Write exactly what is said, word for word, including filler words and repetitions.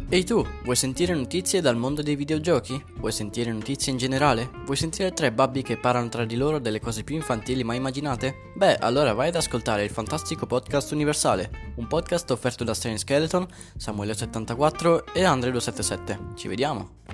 Ehi tu, vuoi sentire notizie dal mondo dei videogiochi? Vuoi sentire notizie in generale? Vuoi sentire tre babbi che parlano tra di loro delle cose più infantili mai immaginate? Beh, allora vai ad ascoltare il fantastico podcast universale, un podcast offerto da Strange Skeleton, Samuele settantaquattro e Andre duecentosettantasette. Ci vediamo!